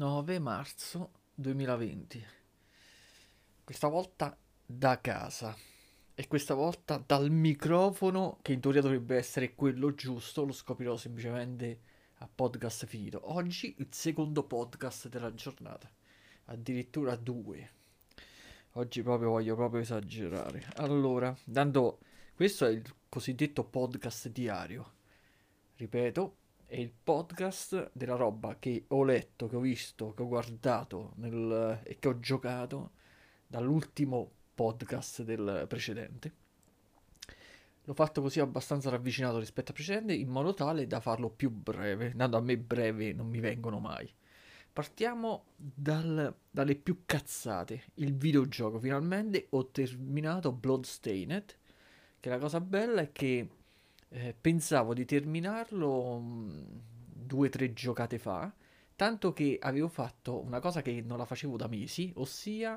9 marzo 2020. Questa volta da casa. E questa volta dal microfono, che in teoria dovrebbe essere quello giusto, lo scoprirò semplicemente a podcast finito. Oggi il secondo podcast della giornata. Addirittura due. Oggi voglio proprio esagerare. Allora, dando... Questo è il cosiddetto podcast diario. Ripeto, è il podcast della roba che ho letto, che ho visto, che ho guardato e che ho giocato dall'ultimo podcast del precedente. L'ho fatto così abbastanza ravvicinato rispetto al precedente in modo tale da farlo più breve. Tanto a me breve non mi vengono mai. Partiamo dalle più cazzate. Il videogioco. Finalmente ho terminato Bloodstained. Che la cosa bella è che pensavo di terminarlo 2 o 3 giocate fa, tanto che avevo fatto una cosa che non la facevo da mesi, ossia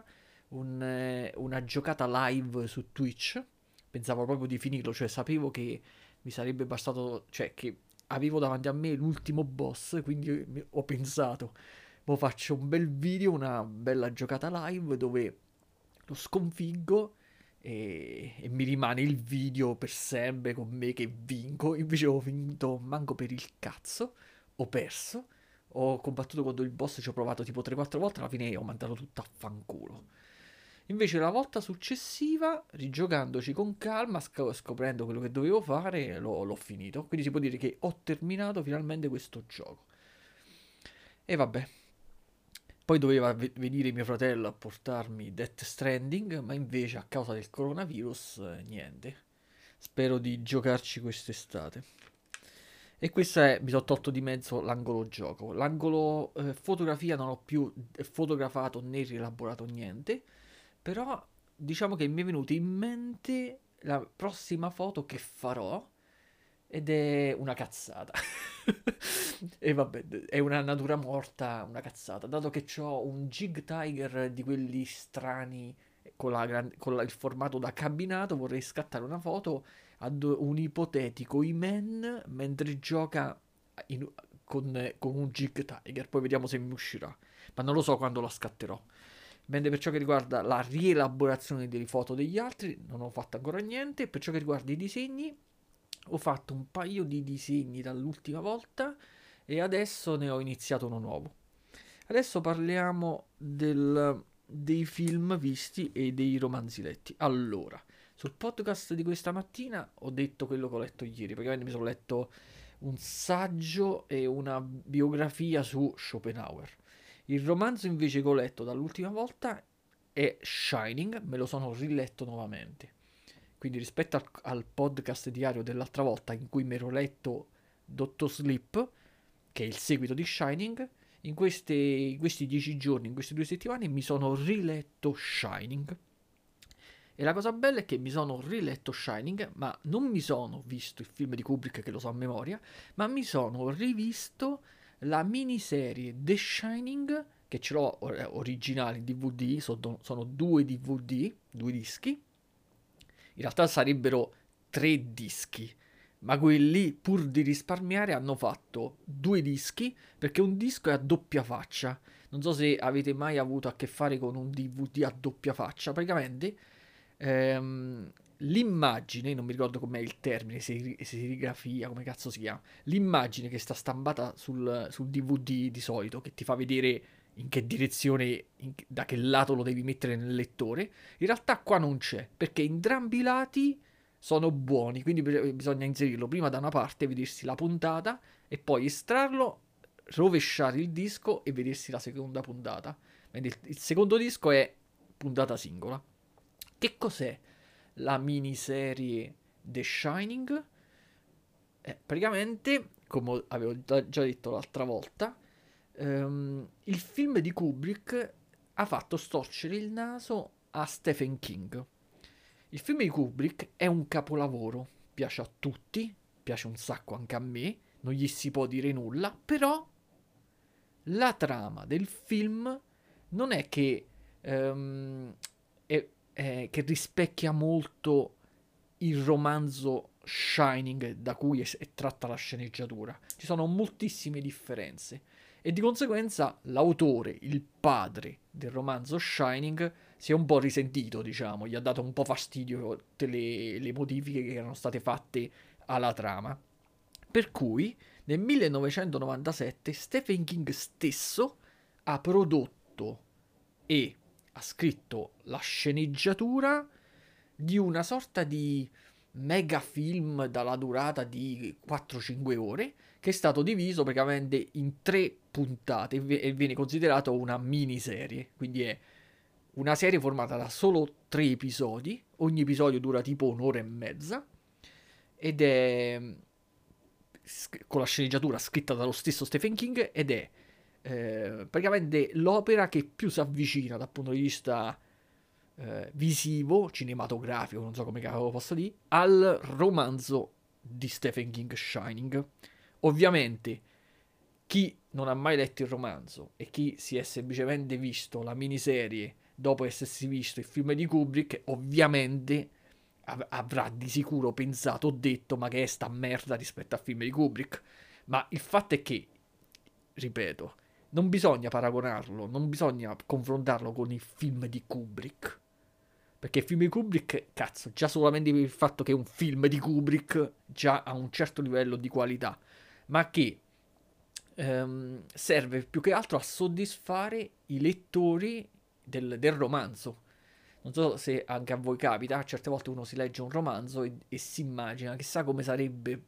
una giocata live su Twitch. Pensavo proprio di finirlo, cioè sapevo che mi sarebbe bastato, cioè che avevo davanti a me l'ultimo boss, quindi ho pensato, mo faccio un bel video, una bella giocata live dove lo sconfiggo e mi rimane il video per sempre con me che vinco. Invece ho vinto manco per il cazzo, ho perso, ho combattuto contro il boss, ci ho provato tipo 3-4 volte, alla fine ho mandato tutto a fanculo. Invece la volta successiva, rigiocandoci con calma, scoprendo quello che dovevo fare, l'ho finito. Quindi si può dire che ho terminato finalmente questo gioco. E vabbè, poi doveva venire mio fratello a portarmi Death Stranding, ma invece a causa del coronavirus niente. Spero di giocarci quest'estate. E questo è, mi sono tolto di mezzo l'angolo gioco. L'angolo fotografia non ho più fotografato né rielaborato niente, però diciamo che mi è venuta in mente la prossima foto che farò ed è una cazzata. E vabbè, è una natura morta, una cazzata. Dato che ho un Jig Tiger di quelli strani con, il formato da cabinato, vorrei scattare una foto ad un ipotetico Iman mentre gioca in- con un Jig Tiger. Poi vediamo se mi uscirà. Ma non lo so quando la scatterò. Mentre per ciò che riguarda la rielaborazione delle foto degli altri, non ho fatto ancora niente. Per ciò che riguarda i disegni, ho fatto un paio di disegni dall'ultima volta e adesso ne ho iniziato uno nuovo. Adesso parliamo dei film visti e dei romanzi letti. Allora, sul podcast di questa mattina ho detto quello che ho letto ieri. Praticamente mi sono letto un saggio e una biografia su Schopenhauer. Il romanzo invece che ho letto dall'ultima volta è Shining, me lo sono riletto nuovamente. Quindi rispetto al podcast diario dell'altra volta in cui mi ero letto Dottor Sleep, che è il seguito di Shining, in questi 10 giorni, in queste 2 settimane mi sono riletto Shining. E la cosa bella è che mi sono riletto Shining, ma non mi sono visto il film di Kubrick che lo so a memoria, ma mi sono rivisto la miniserie The Shining, che ce l'ho originale in DVD, sono 2 DVD, 2 dischi. In realtà sarebbero 3 dischi, ma quelli, pur di risparmiare, hanno fatto 2 dischi perché un disco è a doppia faccia. Non so se avete mai avuto a che fare con un DVD a doppia faccia. Praticamente l'immagine, non mi ricordo com'è il termine, serigrafia, come cazzo si chiama, l'immagine che sta stampata sul DVD di solito, che ti fa vedere in che direzione, da che lato lo devi mettere nel lettore, in realtà qua non c'è, perché entrambi i lati sono buoni, quindi bisogna inserirlo prima da una parte, vedersi la puntata e poi estrarlo, rovesciare il disco e vedersi la seconda puntata. Mentre il secondo disco è puntata singola. Che cos'è la miniserie The Shining? Praticamente, come avevo già detto l'altra volta, il film di Kubrick ha fatto storcere il naso a Stephen King. Il film di Kubrick è un capolavoro, piace a tutti, piace un sacco anche a me, non gli si può dire nulla, però la trama del film non è che, che rispecchia molto il romanzo Shining da cui è tratta la sceneggiatura. Ci sono moltissime differenze e di conseguenza l'autore, il padre del romanzo Shining, si è un po' risentito, diciamo, gli ha dato un po' fastidio tutte le modifiche che erano state fatte alla trama. Per cui nel 1997 Stephen King stesso ha prodotto e ha scritto la sceneggiatura di una sorta di mega film dalla durata di 4-5 ore che è stato diviso praticamente in 3 puntate e viene considerato una miniserie, quindi è una serie formata da solo 3 episodi, ogni episodio dura tipo un'ora e mezza ed è con la sceneggiatura scritta dallo stesso Stephen King ed è praticamente l'opera che più si avvicina dal punto di vista visivo, cinematografico, non so come cavolo posso dire, al romanzo di Stephen King Shining. Ovviamente chi non ha mai letto il romanzo e chi si è semplicemente visto la miniserie dopo essersi visto il film di Kubrick, ovviamente avrà di sicuro pensato o detto ma che è sta merda rispetto al film di Kubrick. Ma il fatto è che, ripeto, non bisogna paragonarlo, non bisogna confrontarlo con il film di Kubrick. Perché il film di Kubrick, cazzo, già solamente per il fatto che è un film di Kubrick già ha un certo livello di qualità, ma che serve più che altro a soddisfare i lettori del romanzo. Non so se anche a voi capita, certe volte uno si legge un romanzo e si immagina, chissà come sarebbe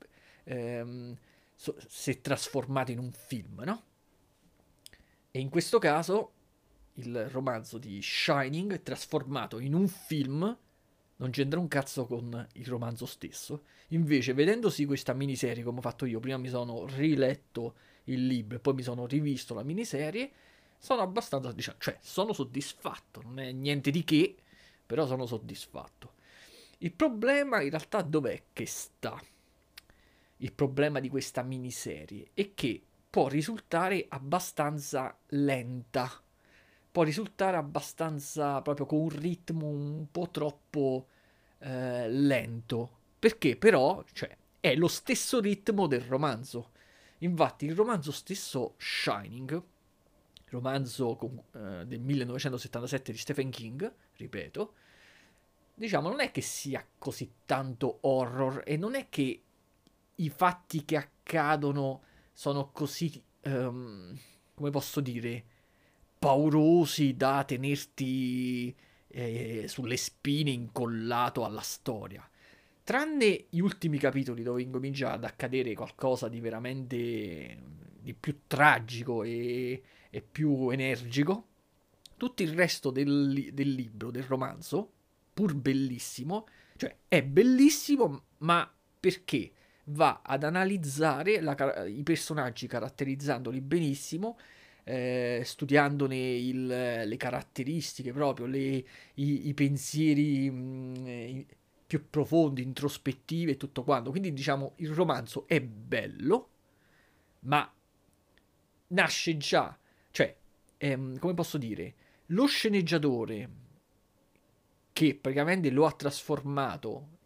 se trasformato in un film, no? E in questo caso il romanzo di Shining trasformato in un film non c'entra un cazzo con il romanzo stesso. Invece, vedendosi questa miniserie come ho fatto io, prima mi sono riletto il libro e poi mi sono rivisto la miniserie, sono abbastanza, diciamo, cioè sono soddisfatto, non è niente di che, però sono soddisfatto. Il problema in realtà dov'è che sta? Il problema di questa miniserie è che può risultare abbastanza lenta, può risultare abbastanza proprio con un ritmo un po' troppo lento, perché però, cioè, è lo stesso ritmo del romanzo. Infatti il romanzo stesso Shining, romanzo del 1977 di Stephen King, ripeto, diciamo non è che sia così tanto horror e non è che i fatti che accadono sono così, come posso dire, paurosi da tenerti sulle spine incollato alla storia. Tranne gli ultimi capitoli dove incomincia ad accadere qualcosa di veramente di più tragico e più energico, tutto il resto del libro, del romanzo, pur bellissimo, cioè è bellissimo, ma perché va ad analizzare i personaggi caratterizzandoli benissimo, studiandone le caratteristiche proprio, i pensieri più profondi, introspettivi e tutto quanto. Quindi diciamo il romanzo è bello, ma nasce già, cioè, come posso dire, lo sceneggiatore che praticamente lo ha trasformato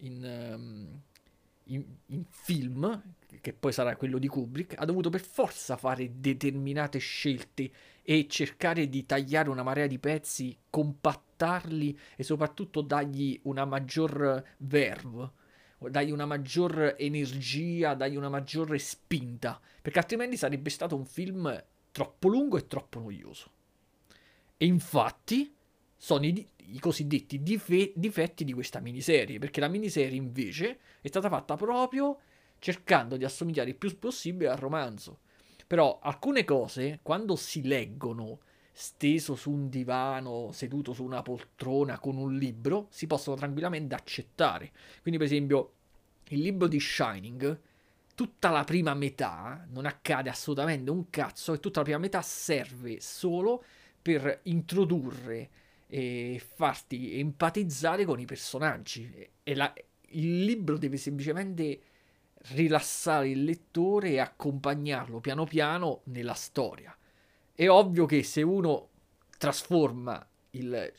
in film, che poi sarà quello di Kubrick, ha dovuto per forza fare determinate scelte e cercare di tagliare una marea di pezzi, compattarli e soprattutto dargli una maggior verve, dargli una maggior energia, dargli una maggiore spinta, perché altrimenti sarebbe stato un film troppo lungo e troppo noioso. E infatti sono i cosiddetti difetti di questa miniserie, perché la miniserie invece è stata fatta proprio cercando di assomigliare il più possibile al romanzo. Però alcune cose, quando si leggono steso su un divano, seduto su una poltrona con un libro, si possono tranquillamente accettare. Quindi, per esempio, il libro di Shining, tutta la prima metà non accade assolutamente un cazzo e tutta la prima metà serve solo per introdurre e farti empatizzare con i personaggi. Il libro deve semplicemente rilassare il lettore e accompagnarlo piano piano nella storia. È ovvio che se uno trasforma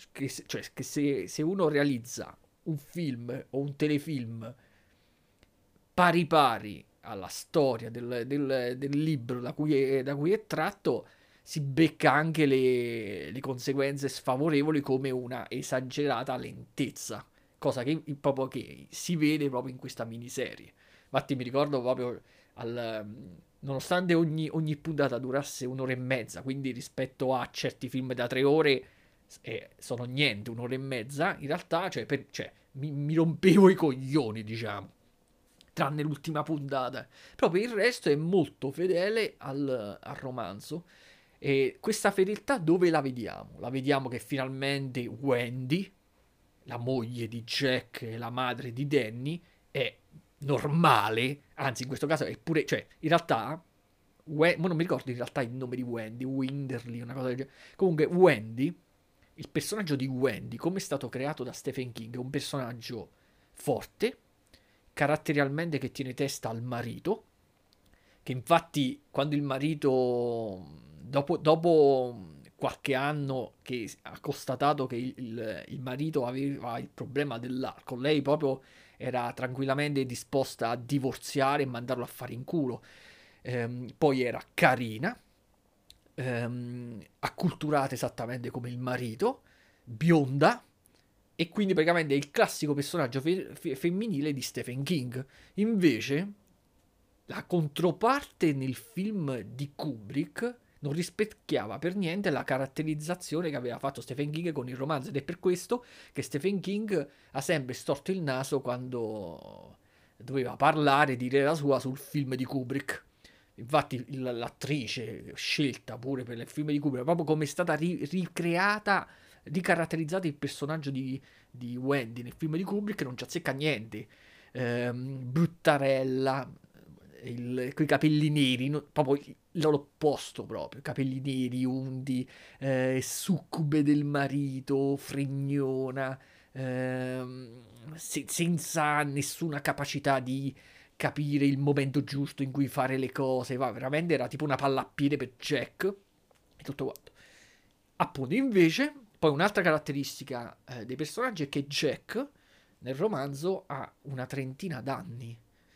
cioè che se uno realizza un film o un telefilm pari pari alla storia del libro da cui è tratto, si becca anche le conseguenze sfavorevoli come una esagerata lentezza, cosa proprio che si vede proprio in questa miniserie. Infatti mi ricordo proprio nonostante ogni puntata durasse un'ora e mezza, quindi rispetto a certi film da 3 ore sono niente, un'ora e mezza, in realtà mi rompevo i coglioni, diciamo, tranne l'ultima puntata. Proprio il resto è molto fedele al romanzo. E questa fedeltà dove la vediamo? La vediamo che finalmente Wendy, la moglie di Jack e la madre di Danny, è normale, anzi in questo caso è pure, cioè in realtà, ma non mi ricordo in realtà il nome di Wendy, Winderly, una cosa del genere. Comunque Wendy, il personaggio di Wendy, come è stato creato da Stephen King, è un personaggio forte, caratterialmente che tiene testa al marito, che infatti quando il marito, dopo qualche anno che ha constatato che il marito aveva il problema dell'alcol, lei proprio era tranquillamente disposta a divorziare e mandarlo a fare in culo. Poi era carina, acculturata esattamente come il marito, bionda, e quindi praticamente è il classico personaggio femminile di Stephen King. Invece, la controparte nel film di Kubrick non rispecchiava per niente la caratterizzazione che aveva fatto Stephen King con il romanzo, ed è per questo che Stephen King ha sempre storto il naso quando doveva parlare, dire la sua sul film di Kubrick. Infatti l'attrice scelta pure per il film di Kubrick, proprio come è stata ricreata, ricaratterizzata il personaggio di Wendy nel film di Kubrick, non ci azzecca niente. Bruttarella, coi capelli neri, proprio l'opposto proprio, capelli neri, undi, succube del marito, fregnona, senza nessuna capacità di capire il momento giusto in cui fare le cose, va, veramente era tipo una palla a piede per Jack e tutto quanto. Appunto, invece, poi un'altra caratteristica dei personaggi è che Jack nel romanzo ha una trentina d'anni.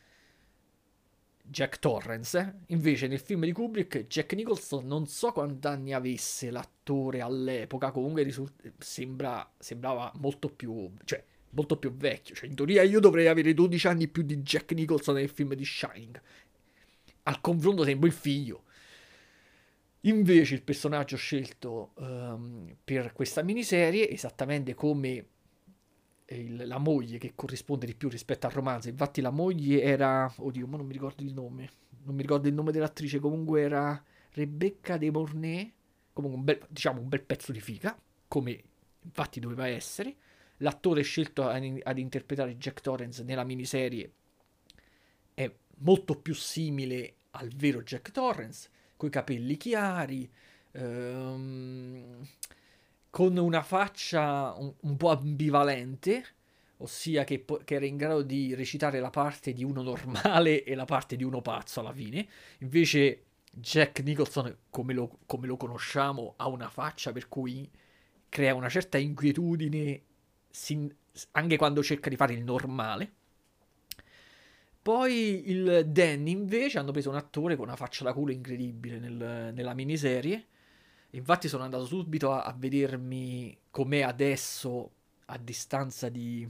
Jack Torrance, invece nel film di Kubrick Jack Nicholson non so quanti anni avesse l'attore all'epoca, comunque sembrava molto più vecchio, cioè in teoria io dovrei avere 12 anni più di Jack Nicholson nel film di Shining, al confronto sembro il figlio. Invece il personaggio scelto per questa miniserie, esattamente come la moglie che corrisponde di più rispetto al romanzo. Infatti la moglie era, oddio, ma non mi ricordo il nome, non mi ricordo il nome dell'attrice, comunque era Rebecca De Mornay, comunque diciamo un bel pezzo di figa, come infatti doveva essere. L'attore scelto ad interpretare Jack Torrance nella miniserie è molto più simile al vero Jack Torrance, coi capelli chiari, con una faccia un po' ambivalente, ossia che era in grado di recitare la parte di uno normale e la parte di uno pazzo alla fine. Invece Jack Nicholson, come lo conosciamo, ha una faccia per cui crea una certa inquietudine anche quando cerca di fare il normale. Poi il Danny invece hanno preso un attore con una faccia da culo incredibile nella miniserie. Infatti sono andato subito a vedermi com'è adesso a distanza di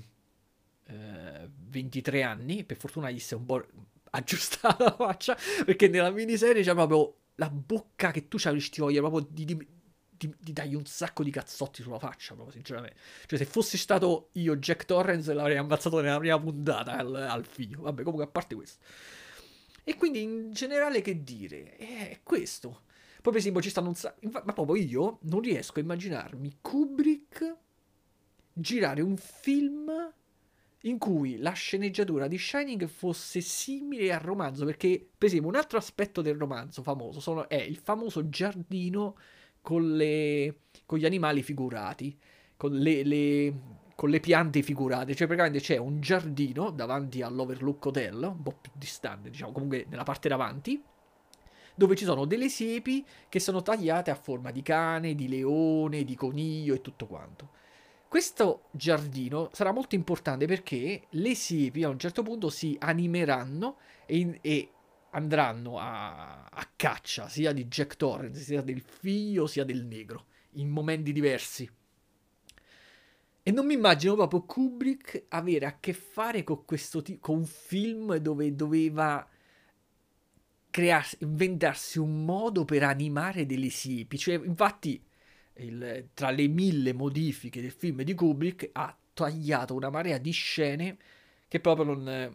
23 anni. Per fortuna gli si è un po' aggiustata la faccia, perché nella miniserie c'è proprio la bocca che tu avresti voglia proprio di dargli un sacco di cazzotti sulla faccia, proprio sinceramente. Cioè se fossi stato io Jack Torrance l'avrei ammazzato nella prima puntata al figlio. Vabbè, comunque a parte questo. E quindi in generale che dire? È questo. Poi per esempio ci stanno un sacco... Ma proprio io non riesco a immaginarmi Kubrick girare un film in cui la sceneggiatura di Shining fosse simile al romanzo, perché per esempio un altro aspetto del romanzo famoso è il famoso giardino con gli animali figurati, con le piante figurate, cioè praticamente c'è un giardino davanti all'Overlook Hotel, un po' più distante, diciamo, comunque nella parte davanti, dove ci sono delle siepi che sono tagliate a forma di cane, di leone, di coniglio e tutto quanto. questo giardino sarà molto importante perché le siepi a un certo punto si animeranno e andranno a caccia sia di Jack Torrance, sia del figlio, sia del negro, in momenti diversi. E non mi immagino proprio Kubrick avere a che fare con con un film dove doveva inventarsi un modo per animare delle siepi. Cioè, infatti, tra le mille modifiche del film di Kubrick ha tagliato una marea di scene che proprio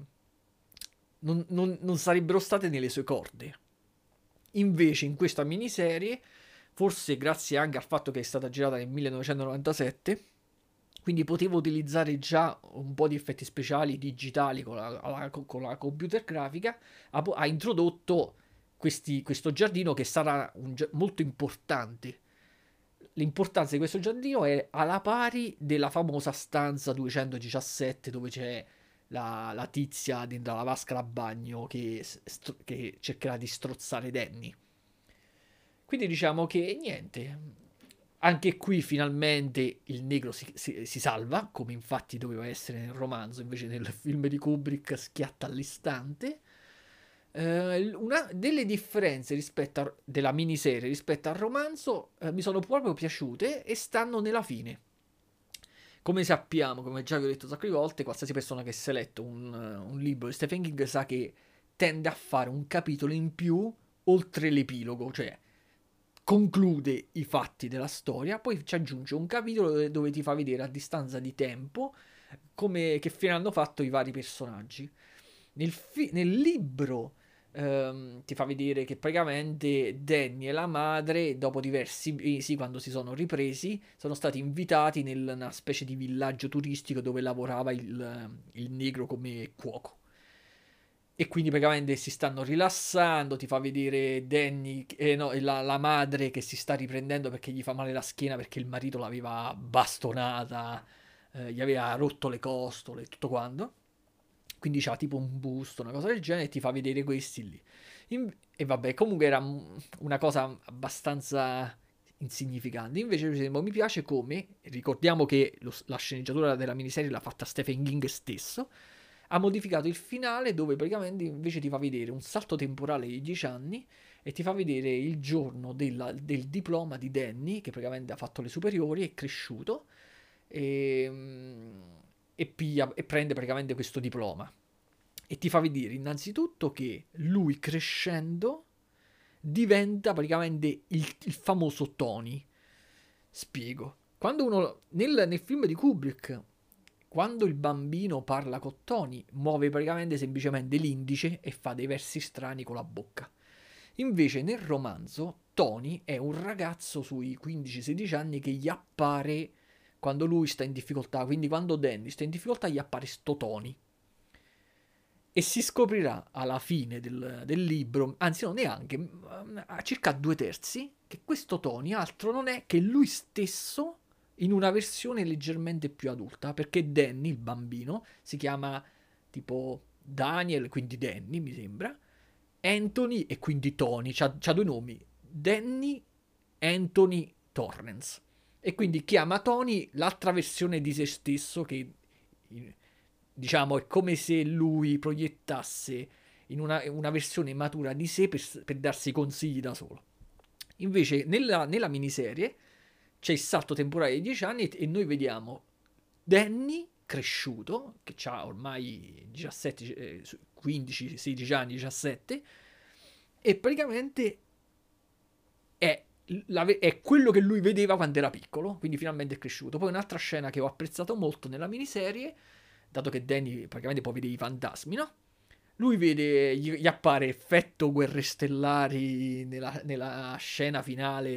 non sarebbero state nelle sue corde. Invece, in questa miniserie, forse grazie anche al fatto che è stata girata nel 1997, quindi potevo utilizzare già un po' di effetti speciali digitali con la computer grafica, ha introdotto questo giardino che sarà molto importante. L'importanza di questo giardino è alla pari della famosa stanza 217 dove c'è la tizia dentro la vasca da bagno che cercherà di strozzare Danny. Quindi diciamo che niente, anche qui finalmente il negro si salva, come infatti doveva essere nel romanzo, invece nel film di Kubrick schiatta all'istante. Una delle differenze della miniserie rispetto al romanzo mi sono proprio piaciute e stanno nella fine. Come sappiamo, come già vi ho detto un sacco di volte, qualsiasi persona che si è letto un libro di Stephen King sa che tende a fare un capitolo in più oltre l'epilogo, cioè conclude i fatti della storia, poi ci aggiunge un capitolo dove ti fa vedere a distanza di tempo che fine hanno fatto i vari personaggi. Nel libro ti fa vedere che praticamente Danny e la madre, dopo diversi mesi, quando si sono ripresi, sono stati invitati nella specie di villaggio turistico dove lavorava il negro come cuoco. E quindi praticamente si stanno rilassando, ti fa vedere Danny, no, la madre che si sta riprendendo perché gli fa male la schiena perché il marito l'aveva bastonata, gli aveva rotto le costole e tutto quanto. Quindi c'ha tipo un busto, una cosa del genere, e ti fa vedere questi lì. E vabbè, comunque era una cosa abbastanza insignificante. Invece, per esempio, mi piace come, ricordiamo che la sceneggiatura della miniserie l'ha fatta Stephen King stesso, ha modificato il finale dove praticamente invece ti fa vedere un salto temporale di 10 anni e ti fa vedere il giorno del diploma di Danny, che praticamente ha fatto le superiori, è cresciuto e, e prende praticamente questo diploma. E ti fa vedere innanzitutto che lui crescendo diventa praticamente il famoso Tony. Spiego. Quando nel film di Kubrick, quando il bambino parla con Tony, muove praticamente semplicemente l'indice e fa dei versi strani con la bocca. Invece nel romanzo Tony è un ragazzo sui 15-16 anni che gli appare quando lui sta in difficoltà, quindi quando Danny sta in difficoltà gli appare sto Tony. E si scoprirà alla fine del libro, anzi no neanche, a circa 2/3, che questo Tony altro non è che lui stesso in una versione leggermente più adulta, perché Danny, il bambino, si chiama tipo Daniel, quindi Danny mi sembra, Anthony e quindi Tony, c'ha due nomi, Danny Anthony Torrance. E quindi chiama Tony l'altra versione di se stesso che diciamo è come se lui proiettasse in una versione matura di sé per darsi consigli da solo. Invece nella miniserie c'è il salto temporale di 10 anni e noi vediamo Danny cresciuto, che ha ormai 17, 15, 16 anni, 17, e praticamente è quello che lui vedeva quando era piccolo, quindi finalmente è cresciuto. Poi un'altra scena che ho apprezzato molto nella miniserie, dato che Danny praticamente poi vede i fantasmi, no? Lui vede, gli appare effetto Guerre Stellari nella scena finale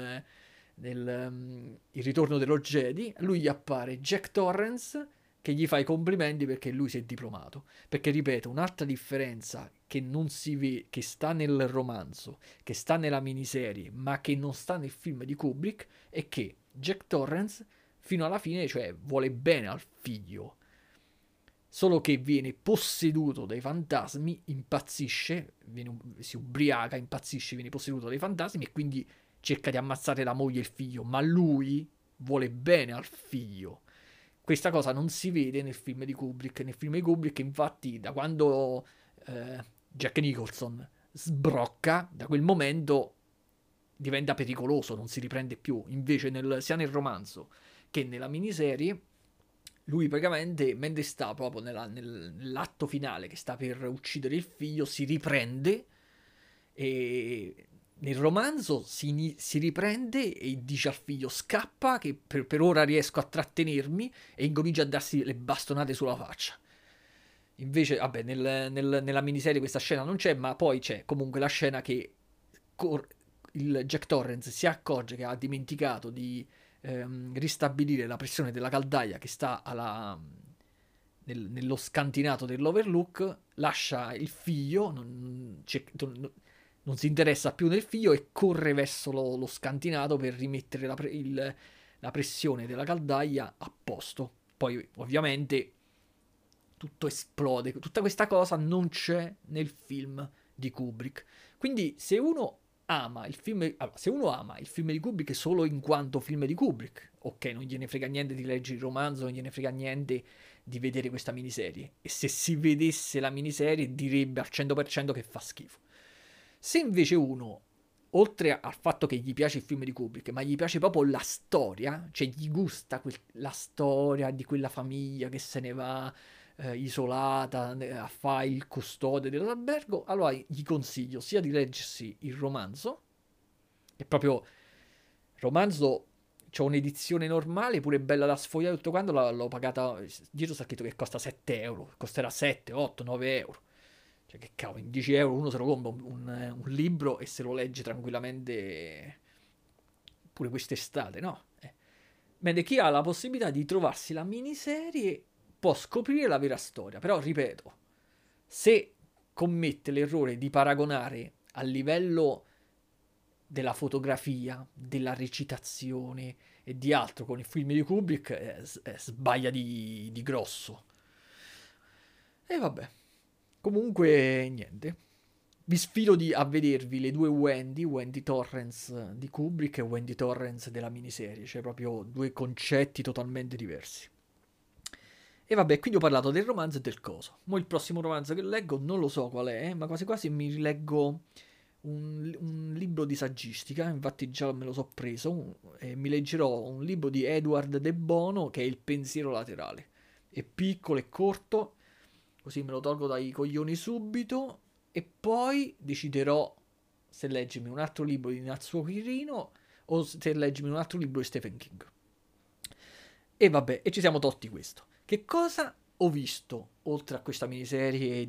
Il ritorno dello Jedi. Lui gli appare Jack Torrance che gli fa i complimenti perché lui si è diplomato. Perché, ripeto, un'altra differenza che non si vede, che sta nel romanzo, che sta nella miniserie, ma che non sta nel film di Kubrick, è che Jack Torrance, fino alla fine, cioè, vuole bene al figlio. Solo che viene posseduto dai fantasmi, impazzisce, si ubriaca, impazzisce, viene posseduto dai fantasmi e quindi cerca di ammazzare la moglie e il figlio, ma lui vuole bene al figlio. Questa cosa non si vede nel film di Kubrick. Nel film di Kubrick, infatti, da quando Jack Nicholson sbrocca, da quel momento diventa pericoloso, non si riprende più. Invece, sia nel romanzo che nella miniserie, lui praticamente, mentre sta proprio nell'atto finale, che sta per uccidere il figlio, si riprende e nel romanzo si riprende e dice al figlio scappa che per ora riesco a trattenermi e incomincia a darsi le bastonate sulla faccia. Invece, vabbè, nella miniserie questa scena non c'è, ma poi c'è comunque la scena che cor- il Jack Torrance si accorge che ha dimenticato di ristabilire la pressione della caldaia che sta nello scantinato dell'Overlook, lascia il figlio, non si interessa più del figlio e corre verso lo scantinato per rimettere la pressione della caldaia a posto. Poi ovviamente tutto esplode, tutta questa cosa non c'è nel film di Kubrick. Quindi se uno ama il film, allora, se uno ama il film di Kubrick solo in quanto film di Kubrick, ok, non gliene frega niente di leggere il romanzo, non gliene frega niente di vedere questa miniserie. E se si vedesse la miniserie direbbe al 100% che fa schifo. Se invece uno, oltre al fatto che gli piace il film di Kubrick, ma gli piace proprio la storia, cioè gli gusta la storia di quella famiglia che se ne va isolata a fare il custode dell'albergo, allora gli consiglio sia di leggersi il romanzo, che proprio romanzo c'è un'edizione normale, pure bella da sfogliare tutto quanto, l'ho pagata, dietro sta scritto che costa 7 euro, costerà 7, 8, 9 euro. Cioè che cavolo, in 10 euro uno se lo compra un libro e se lo legge tranquillamente pure quest'estate, no? Mentre chi ha la possibilità di trovarsi la miniserie può scoprire la vera storia. Però, ripeto, se commette l'errore di paragonare a livello della fotografia, della recitazione e di altro con il film di Kubrick, sbaglia di grosso. E vabbè. Comunque, niente. Vi sfido a vedervi le due Wendy Torrance di Kubrick e Wendy Torrance della miniserie, cioè proprio due concetti totalmente diversi. E vabbè, quindi ho parlato del romanzo e del coso. Mo' il prossimo romanzo che leggo non lo so qual è, ma quasi quasi mi rileggo un libro di saggistica, infatti già me lo so preso, e mi leggerò un libro di Edward De Bono che è Il pensiero laterale. È piccolo e corto, così me lo tolgo dai coglioni subito e poi deciderò se leggermi un altro libro di Natsuo Kirino o se leggermi un altro libro di Stephen King. E vabbè, e ci siamo tolti questo. Che cosa ho visto oltre a questa miniserie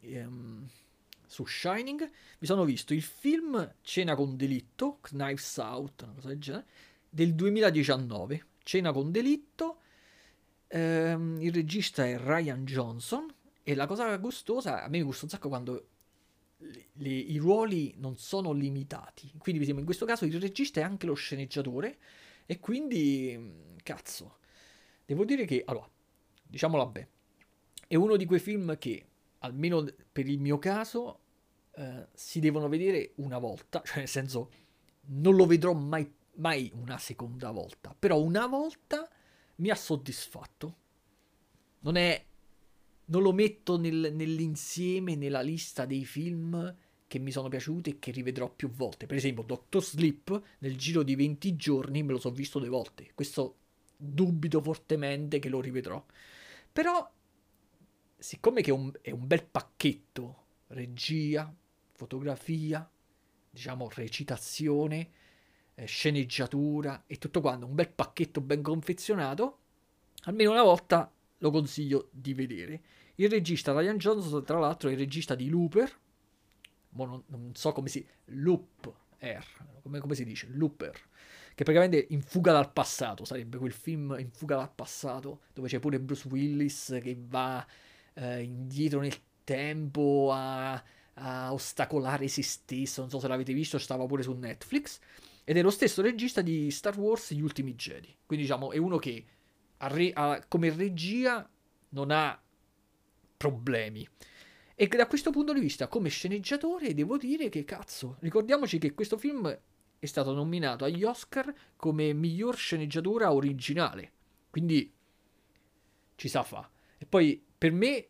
su Shining? Mi sono visto il film Cena con delitto, Knives Out, una cosa del genere, del 2019. Cena con delitto. Il regista è Ryan Johnson. E la cosa gustosa, a me mi gusta un sacco quando i ruoli non sono limitati. Quindi, in questo caso, il regista è anche lo sceneggiatore. E quindi, cazzo, devo dire che, allora, diciamola bene, è uno di quei film che, almeno per il mio caso, si devono vedere una volta, cioè nel senso, non lo vedrò mai una seconda volta, però una volta mi ha soddisfatto. Non è non lo metto nell'insieme, nella lista dei film che mi sono piaciuti e che rivedrò più volte. Per esempio, Doctor Sleep, nel giro di 20 giorni me lo sono visto 2 volte. Questo dubito fortemente che lo rivedrò. Però, siccome che è un bel pacchetto, regia, fotografia, diciamo recitazione, sceneggiatura e tutto quanto, un bel pacchetto ben confezionato, almeno una volta lo consiglio di vedere. Il regista Ryan Johnson, tra l'altro, è il regista di Looper. Non so come si... Looper. Come si dice? Looper. Che praticamente In fuga dal passato sarebbe quel film In fuga dal passato dove c'è pure Bruce Willis che va indietro nel tempo a ostacolare se stesso. Non so se l'avete visto, stava pure su Netflix. Ed è lo stesso regista di Star Wars Gli Ultimi Jedi. Quindi diciamo è uno che come regia non ha problemi. E da questo punto di vista, come sceneggiatore, devo dire che cazzo, ricordiamoci che questo film è stato nominato agli Oscar come miglior sceneggiatura originale. Quindi ci sa fa. E poi per me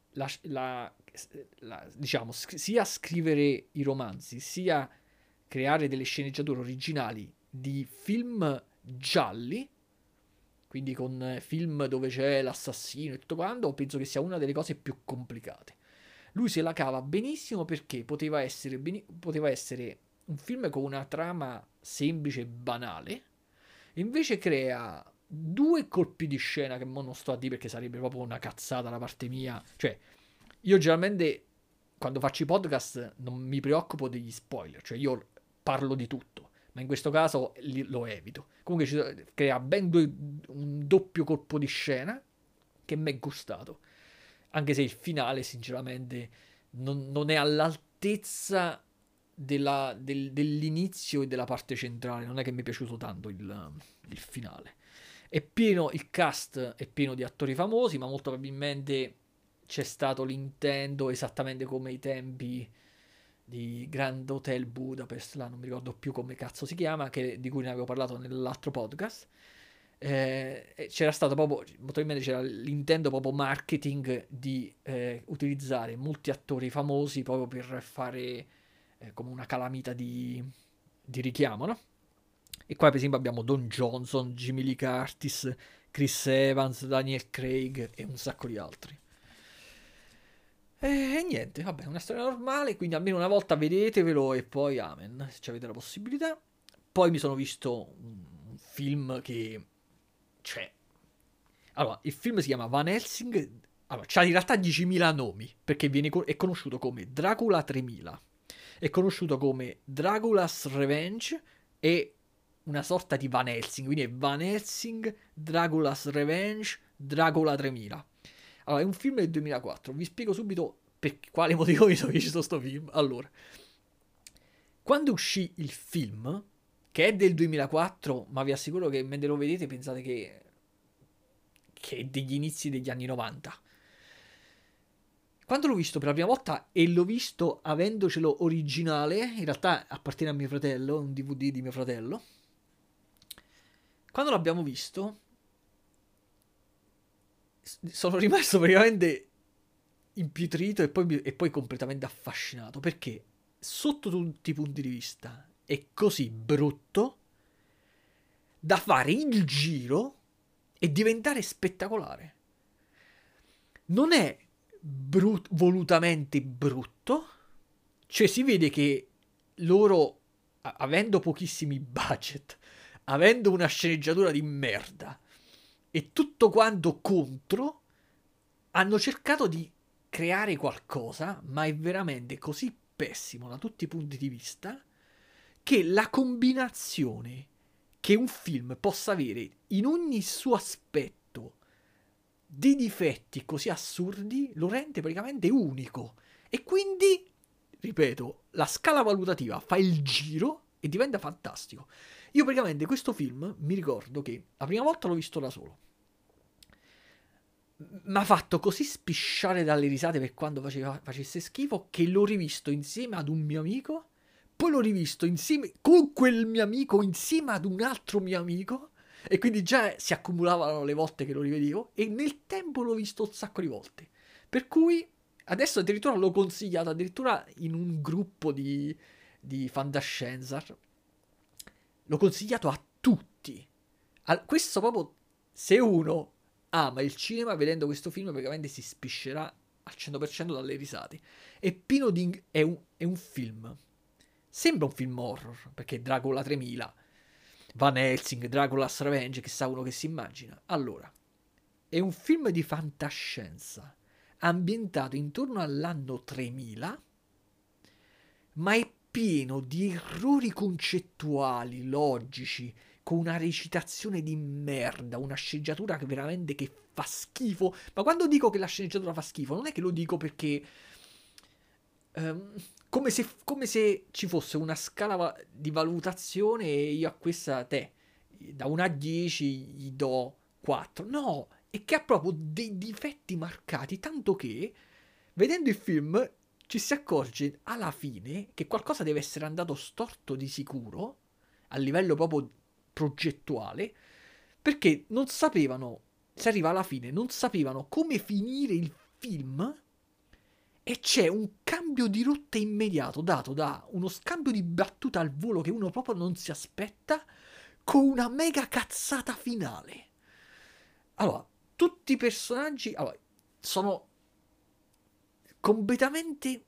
diciamo, sia scrivere i romanzi, sia creare delle sceneggiature originali di film gialli, quindi con film dove c'è l'assassino e tutto quanto, penso che sia una delle cose più complicate. Lui se la cava benissimo perché poteva essere un film con una trama semplice e banale, invece crea due colpi di scena che mo non sto a dire perché sarebbe proprio una cazzata da parte mia. Cioè, io generalmente quando faccio i podcast non mi preoccupo degli spoiler, cioè io parlo di tutto, ma in questo caso lo evito. Comunque crea un doppio colpo di scena che mi è gustato, anche se il finale sinceramente non è all'altezza dell'inizio e della parte centrale, non è che mi è piaciuto tanto il finale. Il cast è pieno di attori famosi, ma molto probabilmente c'è stato l'intento esattamente come ai tempi di Grand Hotel Budapest, là non mi ricordo più come cazzo si chiama, di cui ne avevo parlato nell'altro podcast. C'era stato proprio, probabilmente c'era l'intento proprio marketing di utilizzare molti attori famosi proprio per fare come una calamita di richiamo, no? E qua per esempio abbiamo Don Johnson, Jimmy Lee Curtis, Chris Evans, Daniel Craig e un sacco di altri. E niente, vabbè, una storia normale, quindi almeno una volta vedetevelo e poi amen, se avete la possibilità. Poi mi sono visto un film che c'è. Allora, il film si chiama Van Helsing. Allora, c'ha in realtà 10.000 nomi, perché è conosciuto come Dracula 3000. È conosciuto come Dracula's Revenge e una sorta di Van Helsing, quindi è Van Helsing, Dracula's Revenge, Dracula 3000. Allora, è un film del 2004. Vi spiego subito per quale motivo mi sono visto sto film. Allora, quando uscì il film, che è del 2004, ma vi assicuro che mentre lo vedete pensate che è degli inizi degli anni 90. Quando l'ho visto per la prima volta e l'ho visto avendocelo originale, in realtà appartiene a mio fratello, un DVD di mio fratello. Quando l'abbiamo visto, sono rimasto praticamente impietrito e poi completamente affascinato, perché sotto tutti i punti di vista è così brutto da fare il giro e diventare spettacolare. Non è volutamente brutto, cioè si vede che loro, avendo pochissimi budget, avendo una sceneggiatura di merda e tutto quanto contro, hanno cercato di creare qualcosa, ma è veramente così pessimo da tutti i punti di vista che la combinazione che un film possa avere in ogni suo aspetto dei difetti così assurdi lo rende praticamente unico. E quindi, ripeto, la scala valutativa fa il giro e diventa fantastico. Io praticamente questo film mi ricordo che la prima volta l'ho visto da solo. Mi ha fatto così spisciare dalle risate per quando facesse schifo che l'ho rivisto insieme ad un mio amico, poi l'ho rivisto insieme con quel mio amico insieme ad un altro mio amico, e quindi già si accumulavano le volte che lo rivedevo e nel tempo l'ho visto un sacco di volte. Per cui adesso addirittura l'ho consigliato addirittura in un gruppo di fantascienza. L'ho consigliato a tutti. Questo proprio, se uno ama il cinema, vedendo questo film praticamente si spiscerà al 100% dalle risate. È pieno di... è un film. Sembra un film horror, perché Dracula 3000, Van Helsing, Dracula's Revenge, chissà uno che si immagina. Allora, è un film di fantascienza ambientato intorno all'anno 3000, ma è pieno di errori concettuali, logici, con una recitazione di merda, una sceneggiatura che veramente che fa schifo. Ma quando dico che la sceneggiatura fa schifo, non è che lo dico perché... come se ci fosse una scala di valutazione e io a questa da 1 a 10 gli do 4. No, è che ha proprio dei difetti marcati, tanto che vedendo il film ci si accorge alla fine che qualcosa deve essere andato storto di sicuro a livello proprio progettuale, perché non sapevano si arriva alla fine, non sapevano come finire il film e c'è un cambio di rotta immediato dato da uno scambio di battute al volo che uno proprio non si aspetta con una mega cazzata finale. Allora, tutti i personaggi sono completamente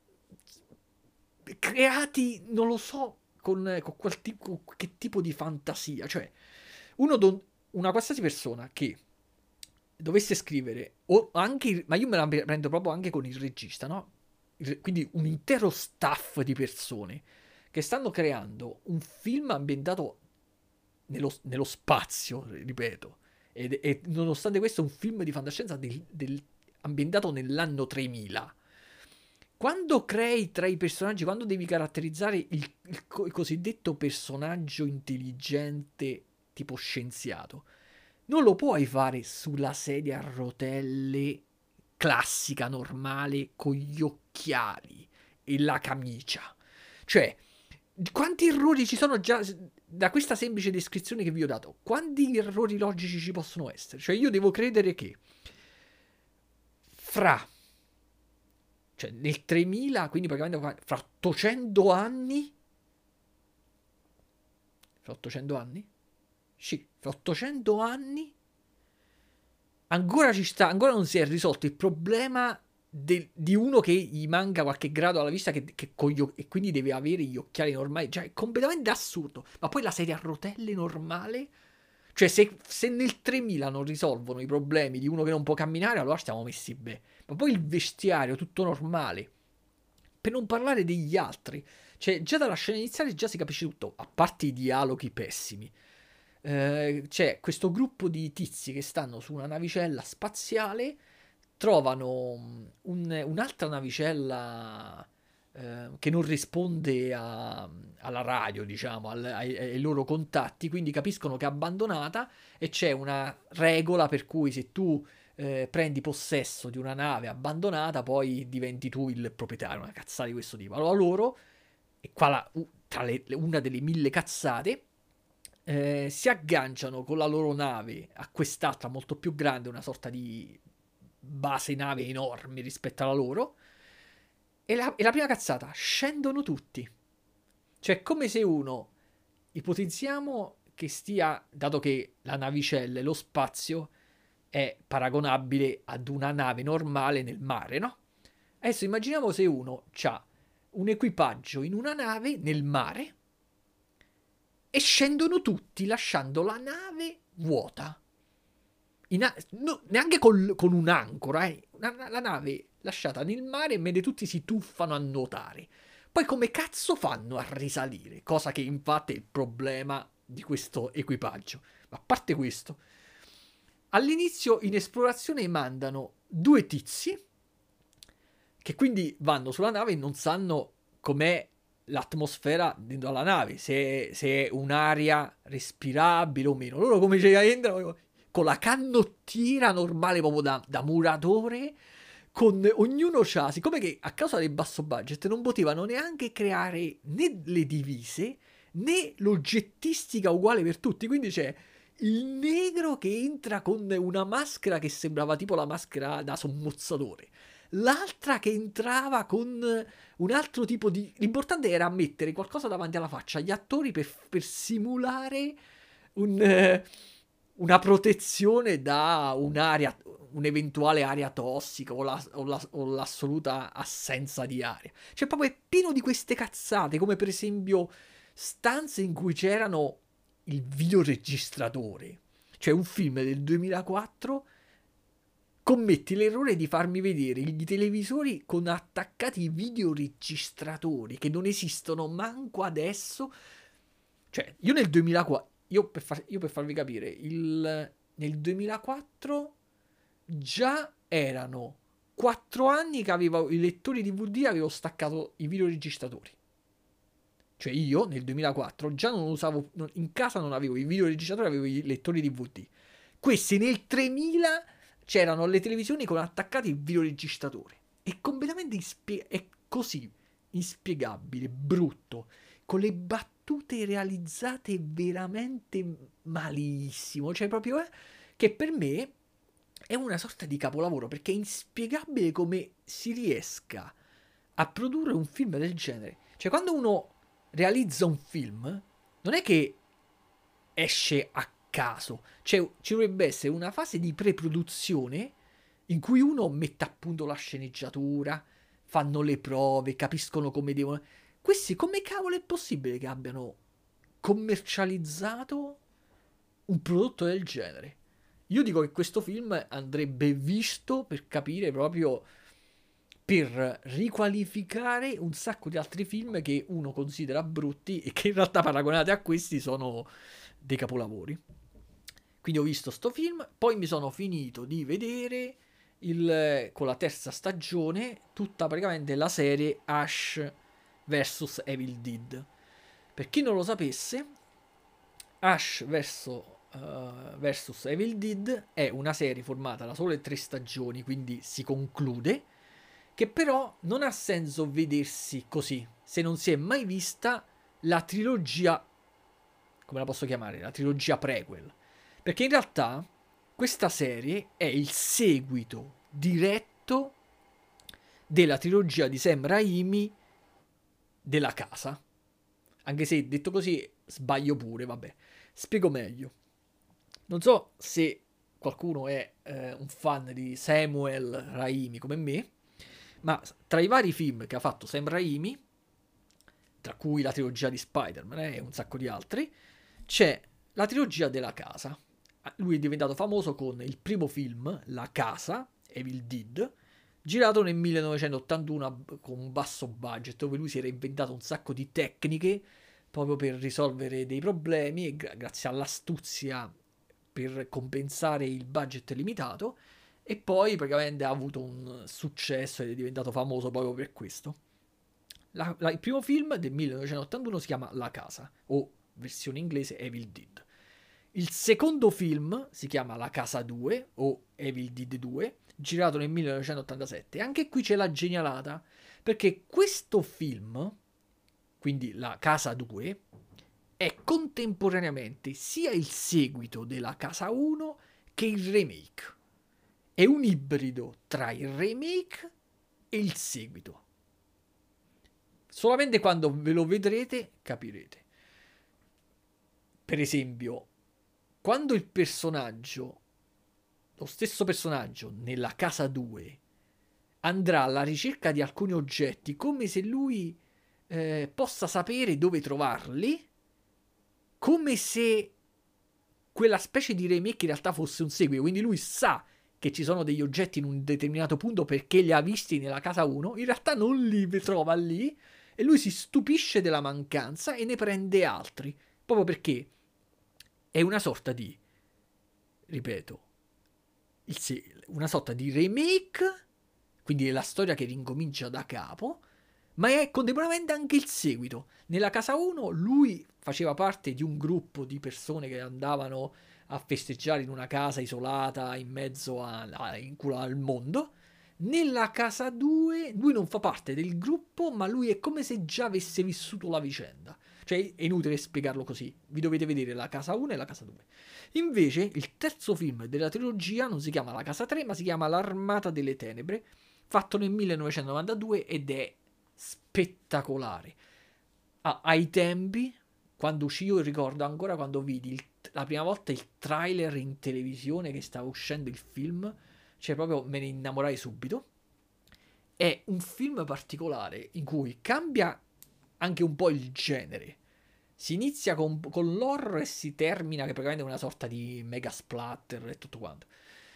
creati, non lo so, con che tipo di fantasia. Cioè, una qualsiasi persona che dovesse scrivere, o anche, ma io me la prendo proprio anche con il regista, no? Quindi un intero staff di persone che stanno creando un film ambientato nello spazio, ripeto, e nonostante questo è un film di fantascienza ambientato nell'anno 3000. Quando crei tra i personaggi, quando devi caratterizzare il cosiddetto personaggio intelligente tipo scienziato, non lo puoi fare sulla sedia a rotelle classica, normale, con gli occhiali e la camicia. Cioè, quanti errori ci sono già da questa semplice descrizione che vi ho dato? Quanti errori logici ci possono essere? Cioè, io devo credere che cioè nel 3000, quindi praticamente fra 800 anni, fra 800 anni? Sì, fra 800 anni ancora non si è risolto il problema di uno che gli manca qualche grado alla vista e quindi deve avere gli occhiali normali. Cioè, è completamente assurdo. Ma poi la sedia a rotelle normale? Cioè, se nel 3000 non risolvono i problemi di uno che non può camminare, allora stiamo messi bene. Ma poi il vestiario, tutto normale. Per non parlare degli altri. Cioè, già dalla scena iniziale già si capisce tutto, a parte i dialoghi pessimi. C'è questo gruppo di tizi che stanno su una navicella spaziale, trovano un'altra navicella che non risponde alla radio, diciamo, ai loro contatti, quindi capiscono che è abbandonata e c'è una regola per cui se tu prendi possesso di una nave abbandonata, poi diventi tu il proprietario, una cazzata di questo tipo. Allora loro, e qua una delle mille cazzate, si agganciano con la loro nave a quest'altra molto più grande, una sorta di base nave enorme rispetto alla loro. E la prima cazzata, scendono tutti. Cioè, come se uno, ipotizziamo che stia, dato che la navicella e lo spazio è paragonabile ad una nave normale nel mare, no? Adesso immaginiamo se uno ha un equipaggio in una nave nel mare e scendono tutti lasciando la nave vuota. Neanche con un'ancora, la nave lasciata nel mare mentre tutti si tuffano a nuotare. Poi come cazzo fanno a risalire? Cosa che infatti è il problema di questo equipaggio. Ma a parte questo, all'inizio in esplorazione mandano due tizi che quindi vanno sulla nave e non sanno com'è l'atmosfera dentro la nave, se è un'aria respirabile o meno. Loro come ci entrano con la canottiera normale proprio da muratore, con ognuno c'ha, siccome che a causa del basso budget non potevano neanche creare né le divise né l'oggettistica uguale per tutti, quindi c'è il negro che entra con una maschera che sembrava tipo la maschera da sommozzatore, l'altra che entrava con un altro tipo di... L'importante era mettere qualcosa davanti alla faccia agli attori per simulare una protezione da un'eventuale aria tossica o l'assoluta assenza di aria. Cioè proprio è pieno di queste cazzate, come per esempio stanze in cui c'erano il videoregistratore. Cioè un film del 2004 commetti l'errore di farmi vedere i televisori con attaccati i videoregistratori che non esistono manco adesso. Cioè, io nel 2004, io per farvi capire, nel 2004 già erano 4 anni che avevo i lettori DVD, avevo staccato i videoregistratori. Cioè io nel 2004 già non usavo, in casa non avevo i videoregistratori, avevo i lettori DVD. Questi nel 3000 c'erano le televisioni con attaccati il videoregistratore. È completamente è così inspiegabile, brutto, con le battute realizzate veramente malissimo. Cioè proprio che per me è una sorta di capolavoro, perché è inspiegabile come si riesca a produrre un film del genere. Cioè, quando uno realizza un film, non è che esce a caso. Cioè, ci dovrebbe essere una fase di pre-produzione in cui uno mette a punto la sceneggiatura, fanno le prove, capiscono come devono. Questi, come cavolo è possibile che abbiano commercializzato un prodotto del genere? Io dico che questo film andrebbe visto per capire proprio, per riqualificare un sacco di altri film che uno considera brutti e che in realtà paragonati a questi sono dei capolavori. Quindi ho visto sto film, poi mi sono finito di vedere con la terza stagione tutta praticamente la serie Ash vs Evil Dead. Per chi non lo sapesse, Ash vs Evil Dead è una serie formata da sole 3 stagioni, quindi si conclude, che però non ha senso vedersi così se non si è mai vista la trilogia, come la posso chiamare, la trilogia prequel, perché in realtà questa serie è il seguito diretto della trilogia di Sam Raimi della casa. Anche se detto così sbaglio pure, vabbè. Spiego meglio. Non so se qualcuno è un fan di Samuel Raimi come me, ma tra i vari film che ha fatto Sam Raimi, tra cui la trilogia di Spider-Man e un sacco di altri, c'è la trilogia della casa. Lui è diventato famoso con il primo film, La Casa, Evil Dead, girato nel 1981 con un basso budget, dove lui si era inventato un sacco di tecniche proprio per risolvere dei problemi e grazie all'astuzia per compensare il budget limitato, e poi praticamente ha avuto un successo ed è diventato famoso proprio per questo. Il primo film del 1981 si chiama La Casa, o versione inglese Evil Dead. Il secondo film si chiama La Casa 2 o Evil Dead 2, girato nel 1987. Anche qui c'è la genialata, perché questo film, quindi La Casa 2, è contemporaneamente sia il seguito della Casa 1 che il remake. È un ibrido tra il remake e il seguito. Solamente quando ve lo vedrete capirete. Per esempio, quando il personaggio, lo stesso personaggio nella casa 2, andrà alla ricerca di alcuni oggetti, come se lui possa sapere dove trovarli, come se quella specie di remake in realtà fosse un seguito, quindi lui sa che ci sono degli oggetti in un determinato punto perché li ha visti nella casa 1, in realtà non li trova lì e lui si stupisce della mancanza e ne prende altri, proprio perché è una sorta di, ripeto, una sorta di remake, quindi è la storia che rincomincia da capo, ma è contemporaneamente anche il seguito. Nella casa 1 lui faceva parte di un gruppo di persone che andavano a festeggiare in una casa isolata in mezzo in culo al mondo. Nella casa 2 lui non fa parte del gruppo, ma lui è come se già avesse vissuto la vicenda. Cioè è inutile spiegarlo così, vi dovete vedere la casa 1 e la casa 2. Invece il terzo film della trilogia non si chiama La Casa 3, ma si chiama L'Armata delle Tenebre, fatto nel 1992 ed è spettacolare. Ai tempi, quando uscì, io ricordo ancora quando vidi la prima volta il trailer in televisione che stava uscendo il film, cioè proprio me ne innamorai subito. È un film particolare in cui cambia anche un po' il genere. Si inizia con l'horror e si termina che praticamente è una sorta di mega splatter e tutto quanto.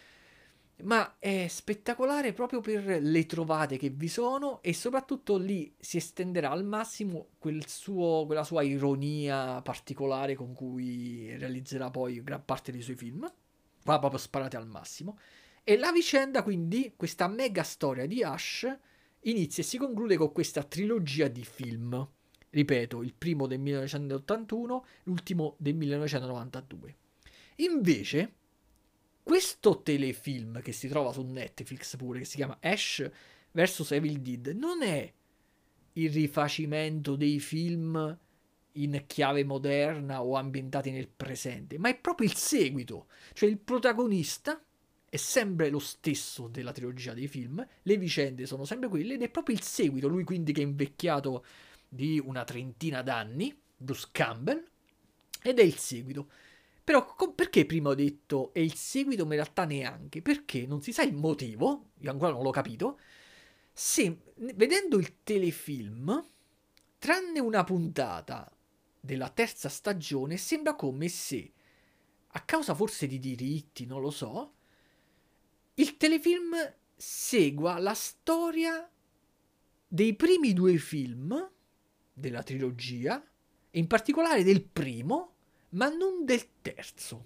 Ma è spettacolare proprio per le trovate che vi sono e soprattutto lì si estenderà al massimo quella sua ironia particolare con cui realizzerà poi gran parte dei suoi film. Qua proprio sparate al massimo. E la vicenda quindi, questa mega storia di Ash, inizia e si conclude con questa trilogia di film. Ripeto, il primo del 1981, l'ultimo del 1992. Invece, questo telefilm che si trova su Netflix pure, che si chiama Ash vs Evil Dead, non è il rifacimento dei film in chiave moderna o ambientati nel presente, ma è proprio il seguito. Cioè il protagonista è sempre lo stesso della trilogia dei film, le vicende sono sempre quelle ed è proprio il seguito, lui quindi che è invecchiato di una trentina d'anni, Bruce Campbell, ed è il seguito. Però perché prima ho detto è il seguito, ma in realtà neanche? Perché non si sa il motivo, io ancora non l'ho capito, se vedendo il telefilm, tranne una puntata della terza stagione, sembra come se, a causa forse di diritti, non lo so, il telefilm segua la storia dei primi due film della trilogia, e in particolare del primo, ma non del terzo.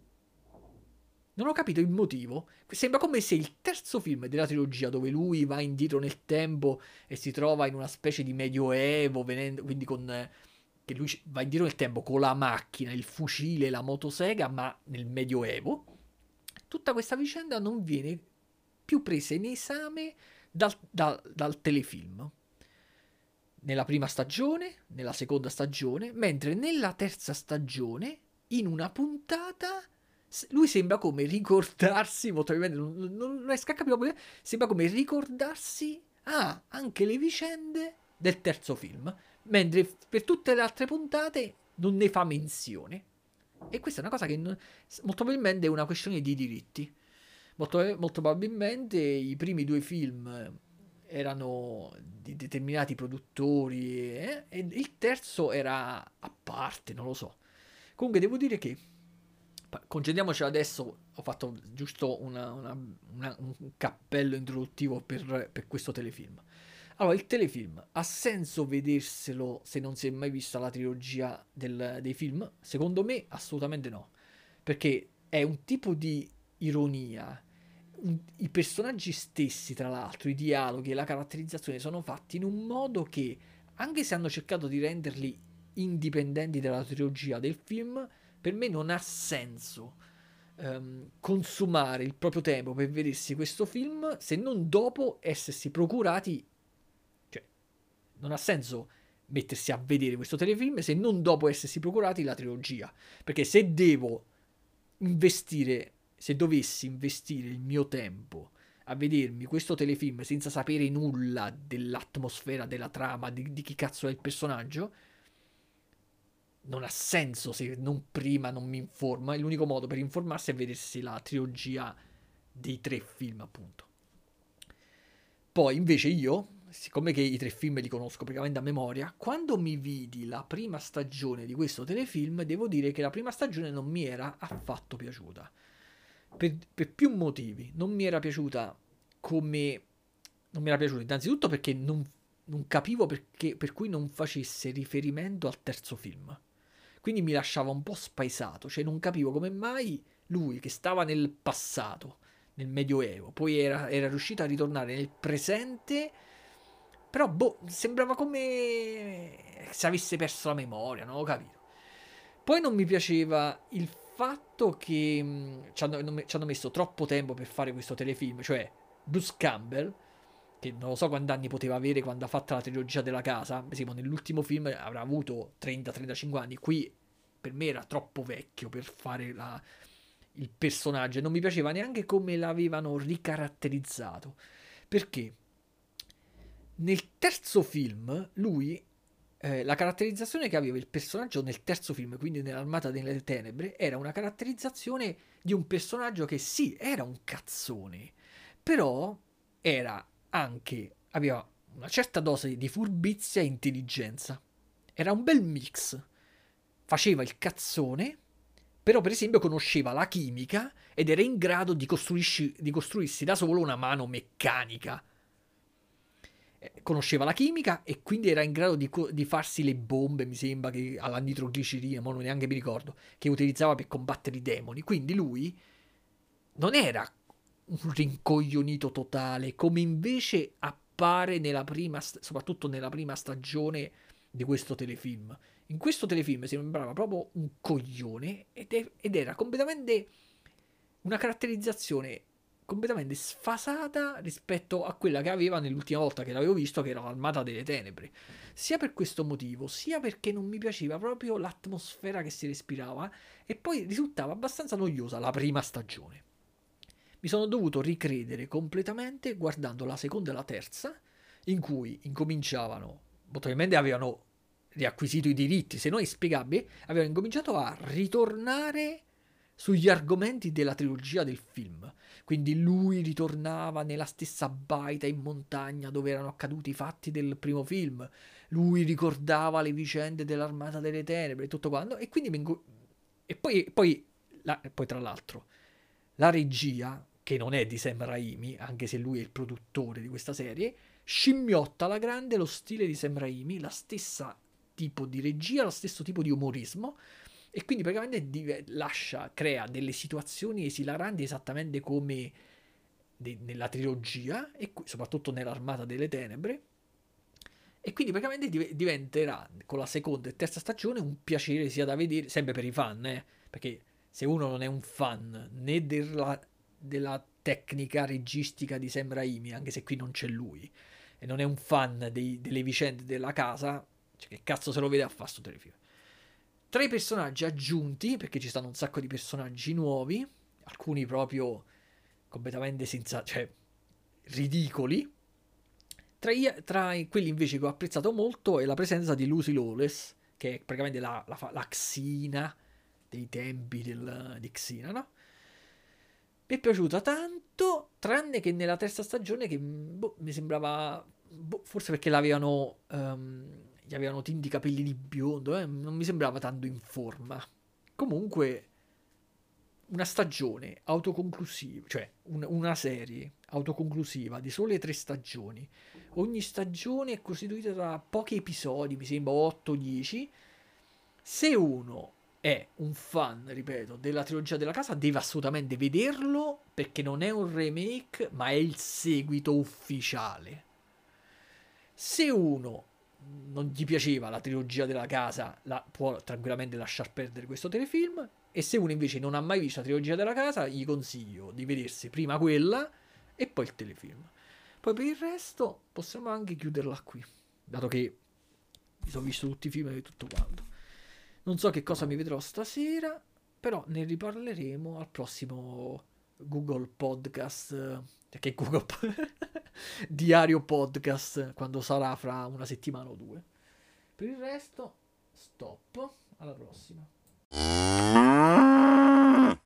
Non ho capito il motivo. Sembra come se il terzo film della trilogia, dove lui va indietro nel tempo e si trova in una specie di medioevo, quindi che lui va indietro nel tempo con la macchina, il fucile, la motosega, ma nel medioevo. Tutta questa vicenda non viene più presa in esame dal telefilm. Nella prima stagione, nella seconda stagione, mentre nella terza stagione, in una puntata, lui sembra come ricordarsi, molto probabilmente non riesco a capire proprio, sembra come ricordarsi anche le vicende del terzo film, mentre per tutte le altre puntate non ne fa menzione. E questa è una cosa che molto probabilmente è una questione di diritti. Molto probabilmente i primi due film erano di determinati produttori e il terzo era a parte, non lo so. Comunque devo dire che, concediamoci adesso, ho fatto giusto un cappello introduttivo per questo telefilm. Allora, il telefilm ha senso vederselo se non si è mai vista la trilogia dei film? Secondo me assolutamente no, perché è un tipo di ironia. I personaggi stessi, tra l'altro, i dialoghi e la caratterizzazione sono fatti in un modo che, anche se hanno cercato di renderli indipendenti dalla trilogia del film, per me non ha senso consumare il proprio tempo per vedersi questo film se non dopo essersi procurati, cioè non ha senso mettersi a vedere questo telefilm se non dopo essersi procurati la trilogia, perché se devo investire, se dovessi investire il mio tempo a vedermi questo telefilm senza sapere nulla dell'atmosfera, della trama, di chi cazzo è il personaggio, non ha senso se non prima non mi informa. E l'unico modo per informarsi è vedersi la trilogia dei tre film, appunto. Poi invece io, siccome che i tre film li conosco praticamente a memoria, quando mi vidi la prima stagione di questo telefilm, devo dire che la prima stagione non mi era affatto piaciuta. Per più motivi. Non mi era piaciuta come... Non mi era piaciuta innanzitutto perché non capivo perché, per cui non facesse riferimento al terzo film. Quindi mi lasciava un po' spaesato, cioè non capivo come mai lui che stava nel passato, nel Medioevo, poi era riuscito a ritornare nel presente, però sembrava come se avesse perso la memoria, non ho capito. Poi non mi piaceva il fatto che ci hanno messo troppo tempo per fare questo telefilm, cioè Bruce Campbell, che non lo so quanti anni poteva avere quando ha fatto la trilogia della casa, per esempio nell'ultimo film avrà avuto 30-35 anni, qui per me era troppo vecchio per fare il personaggio e non mi piaceva neanche come l'avevano ricaratterizzato, perché nel terzo film lui la caratterizzazione che aveva il personaggio nel terzo film, quindi nell'Armata delle Tenebre, era una caratterizzazione di un personaggio che sì, era un cazzone, però era anche, aveva una certa dose di furbizia e intelligenza. Era un bel mix. Faceva il cazzone, però per esempio conosceva la chimica ed era in grado di costruirsi da solo una mano meccanica. Conosceva la chimica e quindi era in grado di farsi le bombe, mi sembra, che alla nitroglicerina, ma non neanche mi ricordo, che utilizzava per combattere i demoni. Quindi lui non era un rincoglionito totale, come invece appare soprattutto nella prima stagione di questo telefilm. In questo telefilm sembrava proprio un coglione ed era completamente una caratterizzazione completamente sfasata rispetto a quella che aveva nell'ultima volta che l'avevo visto, che era l'Armata delle Tenebre. Sia per questo motivo, sia perché non mi piaceva proprio l'atmosfera che si respirava e poi risultava abbastanza noiosa la prima stagione. mi sono dovuto ricredere completamente guardando la seconda e la terza, in cui incominciavano, probabilmente avevano riacquisito i diritti, se no è inspiegabile, avevano incominciato a ritornare sugli argomenti della trilogia del film. Quindi lui ritornava nella stessa baita in montagna dove erano accaduti i fatti del primo film. Lui ricordava le vicende dell'Armata delle Tenebre e tutto quanto. E quindi poi tra l'altro la regia, che non è di Sam Raimi, anche se lui è il produttore di questa serie, scimmiotta alla grande lo stile di Sam Raimi, la stessa tipo di regia, lo stesso tipo di umorismo, e quindi praticamente crea delle situazioni esilaranti esattamente come nella trilogia, e soprattutto nell'Armata delle Tenebre, e quindi praticamente diventerà con la seconda e terza stagione un piacere sia da vedere, sempre per i fan, perché se uno non è un fan né della tecnica registica di Sam Raimi, anche se qui non c'è lui, e non è un fan delle vicende della casa, cioè che cazzo se lo vede a fare sto telefilm. Tra i personaggi aggiunti, perché ci stanno un sacco di personaggi nuovi, alcuni proprio completamente senza, cioè ridicoli. Quelli invece che ho apprezzato molto è la presenza di Lucy Lawless, che è praticamente la Xina dei tempi di Xina, no? Mi è piaciuta tanto, tranne che nella terza stagione che mi sembrava, forse perché gli avevano tinti i capelli di biondo, non mi sembrava tanto in forma. Comunque, una stagione autoconclusiva, cioè una serie autoconclusiva di sole 3 stagioni. Ogni stagione è costituita da pochi episodi, mi sembra 8-10. Se uno è un fan, ripeto, della trilogia della casa, deve assolutamente vederlo perché non è un remake, ma è il seguito ufficiale. Se uno non gli piaceva la trilogia della casa, può tranquillamente lasciar perdere questo telefilm. E se uno invece non ha mai visto la trilogia della casa, gli consiglio di vedersi prima quella e poi il telefilm. Poi per il resto possiamo anche chiuderla qui, dato che mi sono visto tutti i film e tutto quanto. Non so che cosa mi vedrò stasera, però ne riparleremo al prossimo Google Podcast, che Google Diario Podcast, quando sarà fra una settimana o due. Per il resto, stop, alla prossima.